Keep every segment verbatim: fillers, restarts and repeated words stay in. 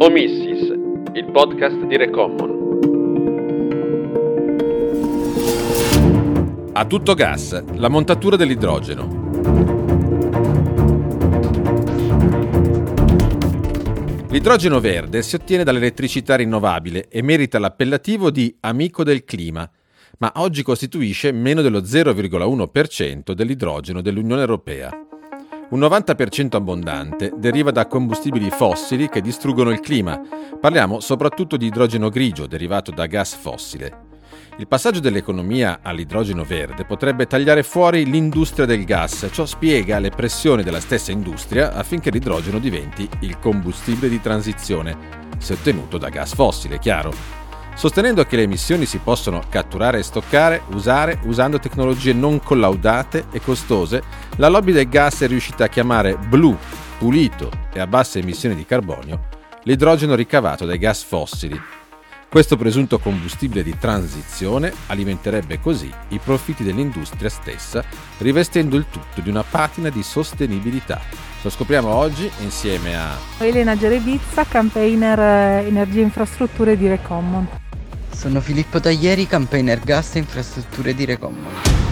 o Missis, il podcast di Recommon. A tutto gas, la montatura dell'idrogeno. L'idrogeno verde si ottiene dall'elettricità rinnovabile e merita l'appellativo di amico del clima, ma oggi costituisce meno dello zero virgola uno per cento dell'idrogeno dell'Unione Europea. Un novanta per cento abbondante deriva da combustibili fossili che distruggono il clima. Parliamo soprattutto di idrogeno grigio derivato da gas fossile. Il passaggio dell'economia all'idrogeno verde potrebbe tagliare fuori l'industria del gas. Ciò spiega le pressioni della stessa industria affinché l'idrogeno diventi il combustibile di transizione, se ottenuto da gas fossile, chiaro. Sostenendo che le emissioni si possono catturare e stoccare, usare usando tecnologie non collaudate e costose, la lobby del gas è riuscita a chiamare blu, pulito e a basse emissioni di carbonio l'idrogeno ricavato dai gas fossili. Questo presunto combustibile di transizione alimenterebbe così i profitti dell'industria stessa, rivestendo il tutto di una patina di sostenibilità. Lo scopriamo oggi insieme a Elena Gerebizza, campaigner Energia e Infrastrutture di Recommon. Sono Filippo Taglieri, campaigner Gas e Infrastrutture di Recommon.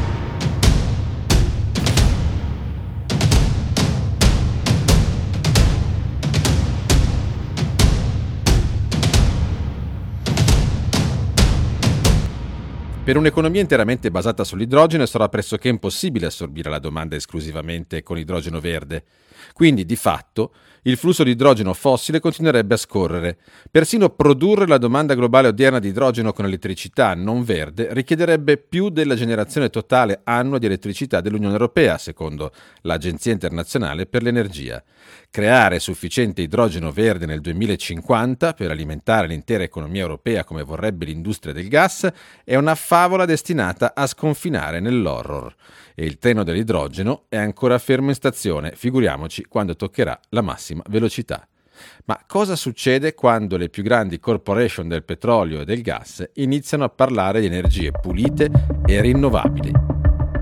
Per un'economia interamente basata sull'idrogeno sarà pressoché impossibile assorbire la domanda esclusivamente con idrogeno verde. Quindi, di fatto, il flusso di idrogeno fossile continuerebbe a scorrere. Persino produrre la domanda globale odierna di idrogeno con elettricità non verde richiederebbe più della generazione totale annua di elettricità dell'Unione Europea, secondo l'Agenzia Internazionale per l'Energia. Creare sufficiente idrogeno verde nel duemilacinquanta per alimentare l'intera economia europea come vorrebbe l'industria del gas è una favola destinata a sconfinare nell'horror. E il treno dell'idrogeno è ancora fermo in stazione, figuriamoci quando toccherà la massima velocità. Ma cosa succede quando le più grandi corporation del petrolio e del gas iniziano a parlare di energie pulite e rinnovabili?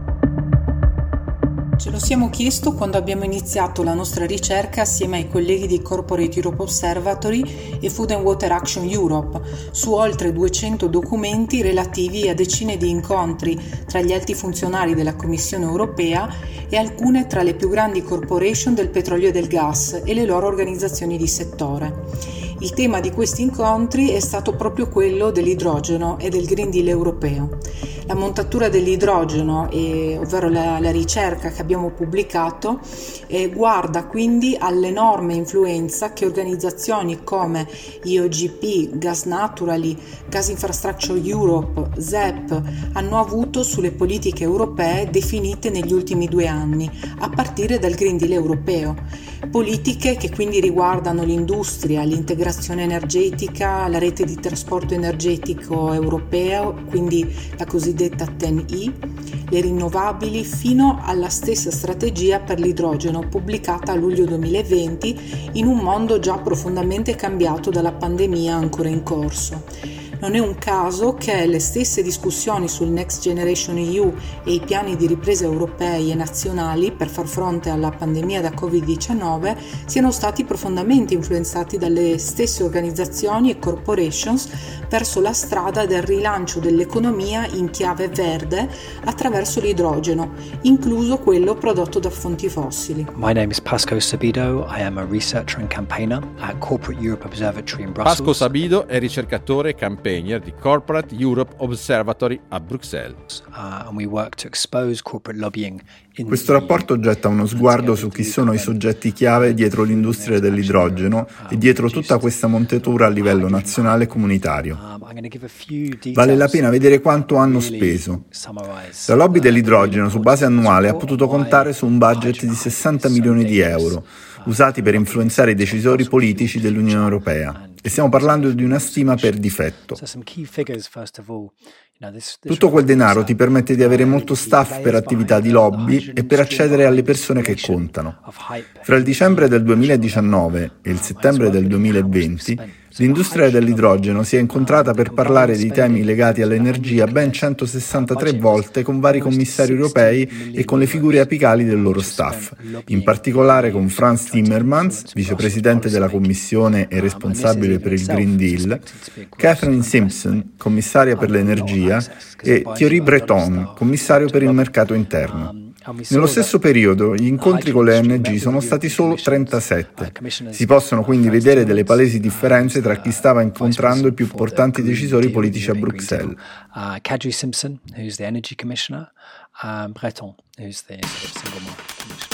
Ce lo siamo chiesto quando abbiamo iniziato la nostra ricerca assieme ai colleghi di Corporate Europe Observatory e Food and Water Action Europe su oltre duecento documenti relativi a decine di incontri tra gli alti funzionari della Commissione europea e alcune tra le più grandi corporation del petrolio e del gas e le loro organizzazioni di settore. Il tema di questi incontri è stato proprio quello dell'idrogeno e del Green Deal europeo. La montatura dell'idrogeno, eh, ovvero la, la ricerca che abbiamo pubblicato, eh, guarda quindi all'enorme influenza che organizzazioni come I O G P, Gas Naturally, Gas Infrastructure Europe, Z E P hanno avuto sulle politiche europee definite negli ultimi due anni, a partire dal Green Deal europeo. Politiche che quindi riguardano l'industria, l'integrazione energetica, la rete di trasporto energetico europeo, quindi la cosiddetta T E N I, le rinnovabili, fino alla stessa strategia per l'idrogeno pubblicata a luglio duemilaventi in un mondo già profondamente cambiato dalla pandemia ancora in corso. Non è un caso che le stesse discussioni sul Next Generation E U e i piani di ripresa europei e nazionali per far fronte alla pandemia da covid diciannove siano stati profondamente influenzati dalle stesse organizzazioni e corporations verso la strada del rilancio dell'economia in chiave verde attraverso l'idrogeno, incluso quello prodotto da fonti fossili. My name is Pasco Sabido. I am a researcher and campaigner at Corporate Europe Observatory in Brussels. Pasco Sabido è ricercatore e campaigner di Corporate Europe Observatory a Bruxelles. Uh, and we work to expose corporate lobbying in Questo rapporto getta uno sguardo su chi sono i soggetti chiave dietro l'industria dell'idrogeno e dietro tutta questa montatura a livello nazionale e comunitario. Vale la pena vedere quanto hanno speso. La lobby dell'idrogeno su base annuale ha potuto contare su un budget di sessanta milioni di euro, usati per influenzare i decisori politici dell'Unione Europea. E stiamo parlando di una stima per difetto. Tutto quel denaro ti permette di avere molto staff per attività di lobby e per accedere alle persone che contano. Fra il dicembre del duemiladiciannove e il settembre del duemilaventi L'industria dell'idrogeno si è incontrata per parlare di temi legati all'energia ben centosessantatré volte con vari commissari europei e con le figure apicali del loro staff, in particolare con Frans Timmermans, vicepresidente della Commissione e responsabile per il Green Deal, Catherine Simpson, commissaria per l'energia, e Thierry Breton, commissario per il mercato interno. Nello stesso periodo gli incontri con le O N G sono stati solo trentasette. Si possono quindi vedere delle palesi differenze tra chi stava incontrando i più importanti decisori politici a Bruxelles. Kadri Simpson, who's the Energy Commissioner, um, Breton, who's the sort of Single Market Commissioner.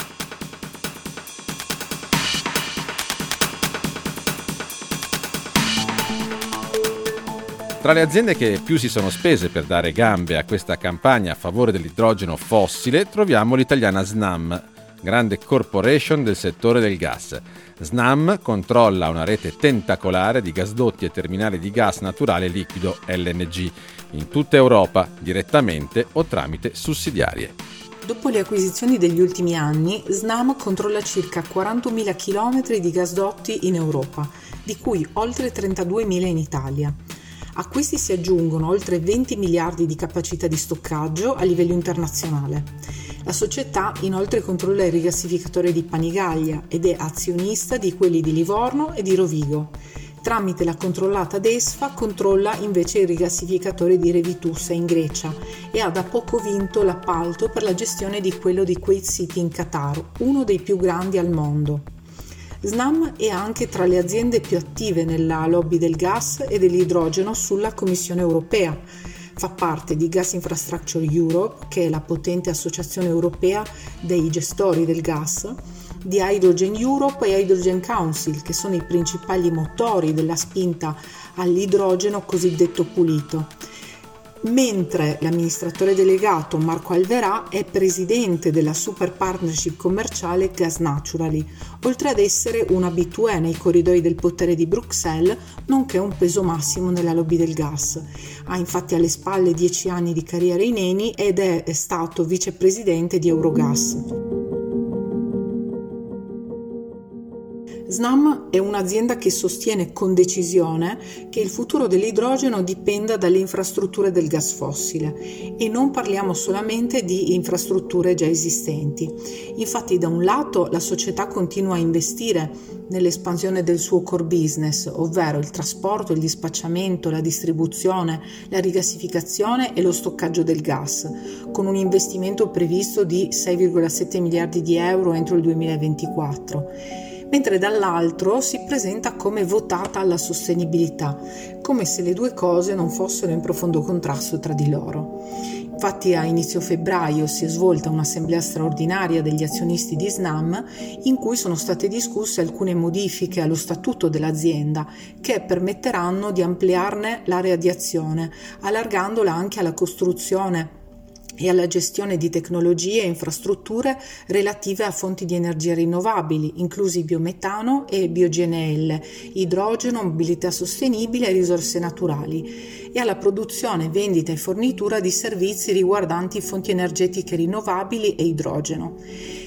Tra le aziende che più si sono spese per dare gambe a questa campagna a favore dell'idrogeno fossile troviamo l'italiana Snam, grande corporation del settore del gas. Snam controlla una rete tentacolare di gasdotti e terminali di gas naturale liquido L N G in tutta Europa, direttamente o tramite sussidiarie. Dopo le acquisizioni degli ultimi anni, Snam controlla circa quarantomila chilometri di gasdotti in Europa, di cui oltre trentaduemila in Italia. A questi si aggiungono oltre venti miliardi di capacità di stoccaggio a livello internazionale. La società inoltre controlla il rigassificatore di Panigaglia ed è azionista di quelli di Livorno e di Rovigo. Tramite la controllata DESFA controlla invece il rigassificatore di Revitussa in Grecia e ha da poco vinto l'appalto per la gestione di quello di Kuwait City in Qatar, uno dei più grandi al mondo. Snam è anche tra le aziende più attive nella lobby del gas e dell'idrogeno sulla Commissione europea. Fa parte di Gas Infrastructure Europe, che è la potente associazione europea dei gestori del gas, di Hydrogen Europe e Hydrogen Council, che sono i principali motori della spinta all'idrogeno cosiddetto pulito. Mentre l'amministratore delegato Marco Alverà è presidente della super partnership commerciale Gas Naturally, oltre ad essere un abitué nei corridoi del potere di Bruxelles, nonché un peso massimo nella lobby del gas. Ha infatti alle spalle dieci anni di carriera in Eni ed è stato vicepresidente di Eurogas. Snam è un'azienda che sostiene con decisione che il futuro dell'idrogeno dipenda dalle infrastrutture del gas fossile e non parliamo solamente di infrastrutture già esistenti. Infatti, da un lato la società continua a investire nell'espansione del suo core business, ovvero il trasporto, il dispacciamento, la distribuzione, la rigassificazione e lo stoccaggio del gas, con un investimento previsto di sei virgola sette miliardi di euro entro il duemilaventiquattro. Mentre dall'altro si presenta come votata alla sostenibilità, come se le due cose non fossero in profondo contrasto tra di loro. Infatti a inizio febbraio si è svolta un'assemblea straordinaria degli azionisti di Snam in cui sono state discusse alcune modifiche allo statuto dell'azienda che permetteranno di ampliarne l'area di azione, allargandola anche alla costruzione e alla gestione di tecnologie e infrastrutture relative a fonti di energia rinnovabili, inclusi biometano e bio G N L, idrogeno, mobilità sostenibile e risorse naturali, e alla produzione, vendita e fornitura di servizi riguardanti fonti energetiche rinnovabili e idrogeno.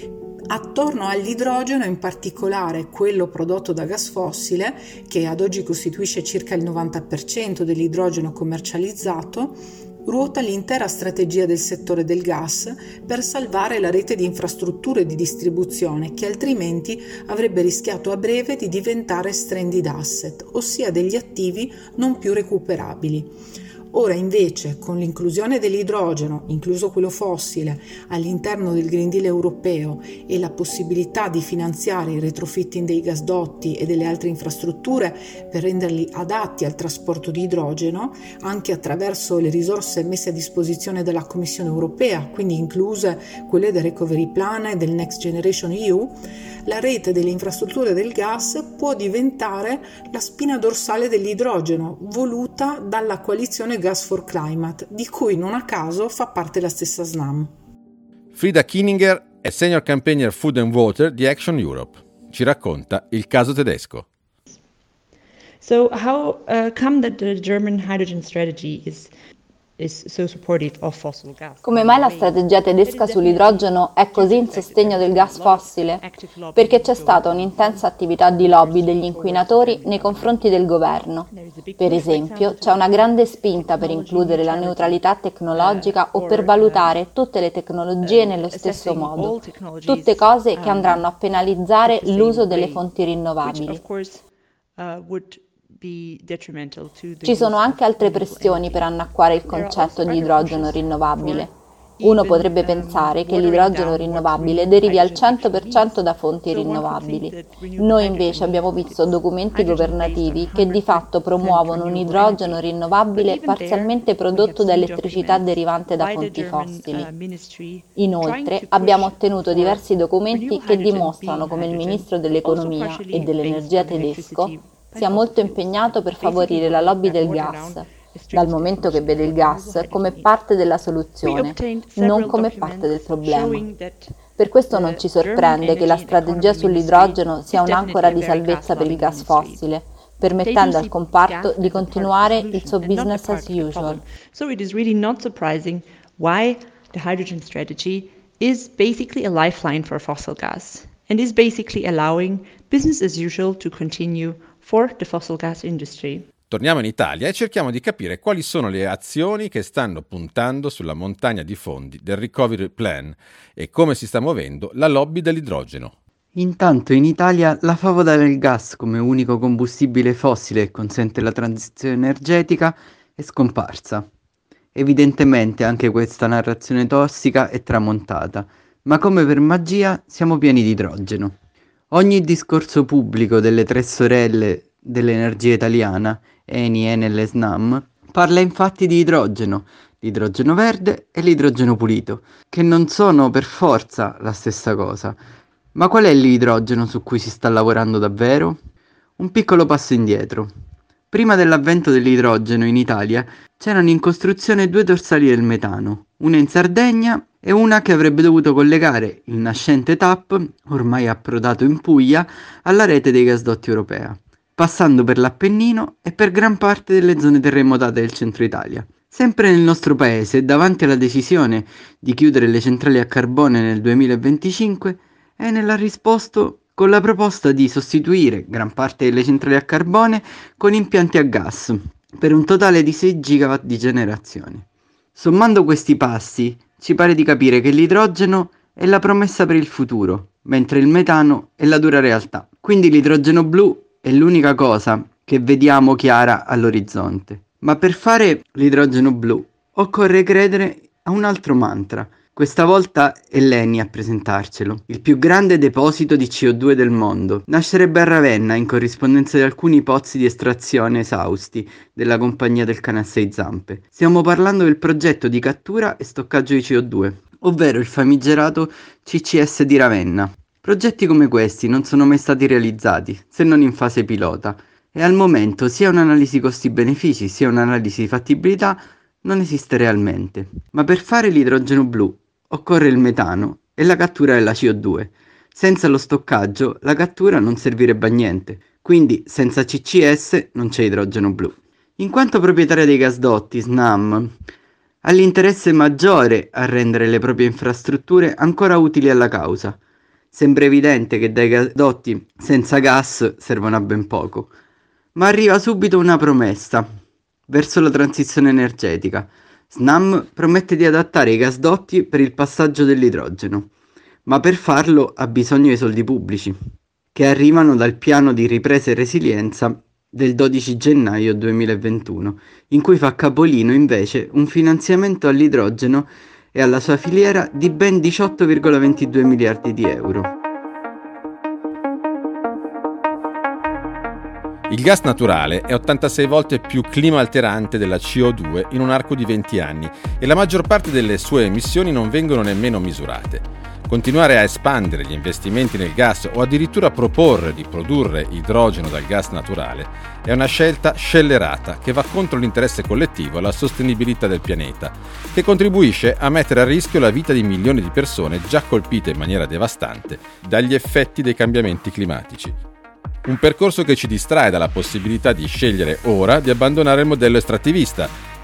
Attorno all'idrogeno, in particolare quello prodotto da gas fossile, che ad oggi costituisce circa il novanta per cento dell'idrogeno commercializzato, ruota l'intera strategia del settore del gas per salvare la rete di infrastrutture di distribuzione che altrimenti avrebbe rischiato a breve di diventare stranded asset, ossia degli attivi non più recuperabili. Ora invece, con l'inclusione dell'idrogeno, incluso quello fossile, all'interno del Green Deal europeo e la possibilità di finanziare il retrofitting dei gasdotti e delle altre infrastrutture per renderli adatti al trasporto di idrogeno, anche attraverso le risorse messe a disposizione dalla Commissione europea, quindi incluse quelle del Recovery Plan e del Next Generation E U, la rete delle infrastrutture del gas può diventare la spina dorsale dell'idrogeno, voluta dalla coalizione Gas for Climate, di cui non a caso fa parte la stessa Snam. Frida Kininger è Senior Campaigner Food and Water di Action Europe. Ci racconta il caso tedesco. So how uh, come that the German hydrogen strategy is Come mai la strategia tedesca sull'idrogeno è così in sostegno del gas fossile? Perché c'è stata un'intensa attività di lobby degli inquinatori nei confronti del governo. Per esempio, c'è una grande spinta per includere la neutralità tecnologica o per valutare tutte le tecnologie nello stesso modo, tutte cose che andranno a penalizzare l'uso delle fonti rinnovabili. Ci sono anche altre pressioni per annacquare il concetto di idrogeno rinnovabile. Uno potrebbe pensare che l'idrogeno rinnovabile derivi al cento per cento da fonti rinnovabili. Noi invece abbiamo visto documenti governativi che di fatto promuovono un idrogeno rinnovabile parzialmente prodotto da elettricità derivante da fonti fossili. Inoltre abbiamo ottenuto diversi documenti che dimostrano come il ministro dell'economia e dell'energia tedesco sia molto impegnato per favorire la lobby del gas, dal momento che vede il gas come parte della soluzione, non come parte del problema. Per questo non ci sorprende che la strategia sull'idrogeno sia un'ancora di salvezza per il gas fossile, permettendo al comparto di continuare il suo business as usual. So it is really not surprising why the hydrogen strategy is basically a lifeline for fossil gas and is basically allowing business as usual to continue for the fossil gas industry. Torniamo in Italia e cerchiamo di capire quali sono le azioni che stanno puntando sulla montagna di fondi del Recovery Plan e come si sta muovendo la lobby dell'idrogeno. Intanto in Italia la favola del gas come unico combustibile fossile che consente la transizione energetica è scomparsa. Evidentemente anche questa narrazione tossica è tramontata, ma come per magia siamo pieni di idrogeno. Ogni discorso pubblico delle tre sorelle dell'energia italiana, Eni, Enel e Snam, parla infatti di idrogeno, l'idrogeno verde e l'idrogeno pulito, che non sono per forza la stessa cosa. Ma qual è l'idrogeno su cui si sta lavorando davvero? Un piccolo passo indietro. Prima dell'avvento dell'idrogeno in Italia c'erano in costruzione due dorsali del metano, una in Sardegna e una che avrebbe dovuto collegare il nascente T A P, ormai approdato in Puglia, alla rete dei gasdotti europea, passando per l'Appennino e per gran parte delle zone terremotate del centro Italia. Sempre nel nostro paese, davanti alla decisione di chiudere le centrali a carbone nel duemilaventicinque, Enel ha risposto con la proposta di sostituire gran parte delle centrali a carbone con impianti a gas, per un totale di sei gigawatt di generazione. Sommando questi passi, ci pare di capire che l'idrogeno è la promessa per il futuro, mentre il metano è la dura realtà. Quindi l'idrogeno blu è l'unica cosa che vediamo chiara all'orizzonte. Ma per fare l'idrogeno blu occorre credere a un altro mantra. Questa volta è l'Eni a presentarcelo. Il più grande deposito di C O due del mondo nascerebbe a Ravenna in corrispondenza di alcuni pozzi di estrazione esausti della compagnia del cane a sei zampe. Stiamo parlando del progetto di cattura e stoccaggio di C O due, ovvero il famigerato C C S di Ravenna. Progetti come questi non sono mai stati realizzati, se non in fase pilota, e al momento sia un'analisi costi-benefici sia un'analisi di fattibilità non esiste realmente. Ma per fare l'idrogeno blu occorre il metano e la cattura della C O due. Senza lo stoccaggio la cattura non servirebbe a niente, quindi senza C C S non c'è idrogeno blu. In quanto proprietaria dei gasdotti, Snam ha l'interesse maggiore a rendere le proprie infrastrutture ancora utili alla causa. Sembra evidente che dai gasdotti senza gas servono a ben poco, ma arriva subito una promessa verso la transizione energetica. Snam promette di adattare i gasdotti per il passaggio dell'idrogeno, ma per farlo ha bisogno di soldi pubblici, che arrivano dal piano di ripresa e resilienza del dodici gennaio duemilaventuno, in cui fa capolino invece un finanziamento all'idrogeno e alla sua filiera di ben diciotto virgola ventidue miliardi di euro. Il gas naturale è ottantasei volte più clima alterante della C O due in un arco di venti anni e la maggior parte delle sue emissioni non vengono nemmeno misurate. Continuare a espandere gli investimenti nel gas o addirittura proporre di produrre idrogeno dal gas naturale è una scelta scellerata che va contro l'interesse collettivo e la sostenibilità del pianeta, che contribuisce a mettere a rischio la vita di milioni di persone già colpite in maniera devastante dagli effetti dei cambiamenti climatici. Un percorso che ci distrae dalla possibilità di scegliere ora di abbandonare il modello estrattivista,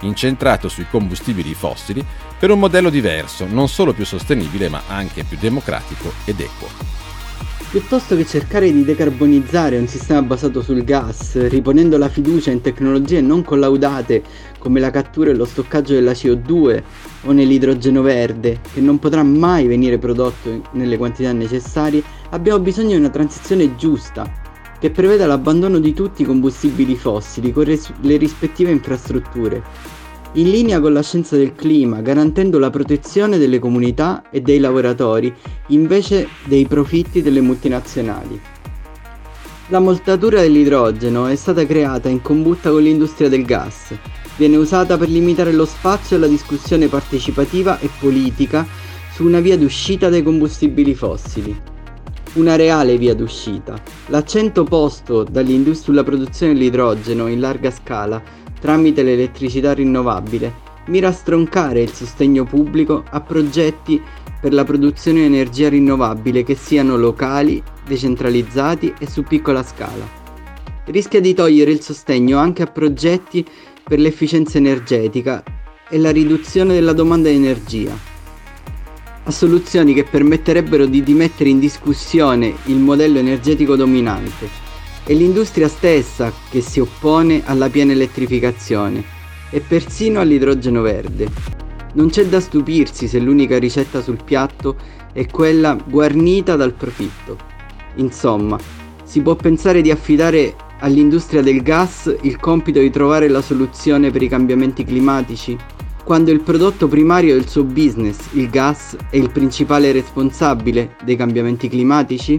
incentrato sui combustibili fossili per un modello diverso, non solo più sostenibile ma anche più democratico ed equo. Piuttosto che cercare di decarbonizzare un sistema basato sul gas, riponendo la fiducia in tecnologie non collaudate come la cattura e lo stoccaggio della C O due o nell'idrogeno verde, che non potrà mai venire prodotto nelle quantità necessarie, abbiamo bisogno di una transizione giusta, che preveda l'abbandono di tutti i combustibili fossili con res- le rispettive infrastrutture, in linea con la scienza del clima, garantendo la protezione delle comunità e dei lavoratori invece dei profitti delle multinazionali. La montatura dell'idrogeno è stata creata in combutta con l'industria del gas. Viene usata per limitare lo spazio alla discussione partecipativa e politica su una via d'uscita dai combustibili fossili. Una reale via d'uscita. L'accento posto dall'industria sulla produzione dell'idrogeno in larga scala tramite l'elettricità rinnovabile mira a stroncare il sostegno pubblico a progetti per la produzione di energia rinnovabile che siano locali, decentralizzati e su piccola scala. Rischia di togliere il sostegno anche a progetti per l'efficienza energetica e la riduzione della domanda di energia, a soluzioni che permetterebbero di rimettere in discussione il modello energetico dominante. È l'industria stessa che si oppone alla piena elettrificazione e persino all'idrogeno verde. Non c'è da stupirsi se l'unica ricetta sul piatto è quella guarnita dal profitto. Insomma, si può pensare di affidare all'industria del gas il compito di trovare la soluzione per i cambiamenti climatici, quando il prodotto primario del suo business, il gas, è il principale responsabile dei cambiamenti climatici?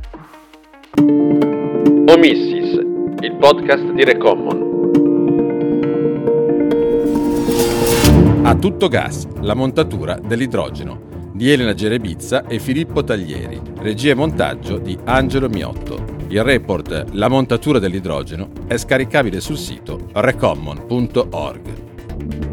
Omissis, il podcast di Recommon. A tutto gas, la montatura dell'idrogeno, di Elena Gerebizza e Filippo Taglieri, regia e montaggio di Angelo Miotto. Il report La montatura dell'idrogeno è scaricabile sul sito recommon punto org.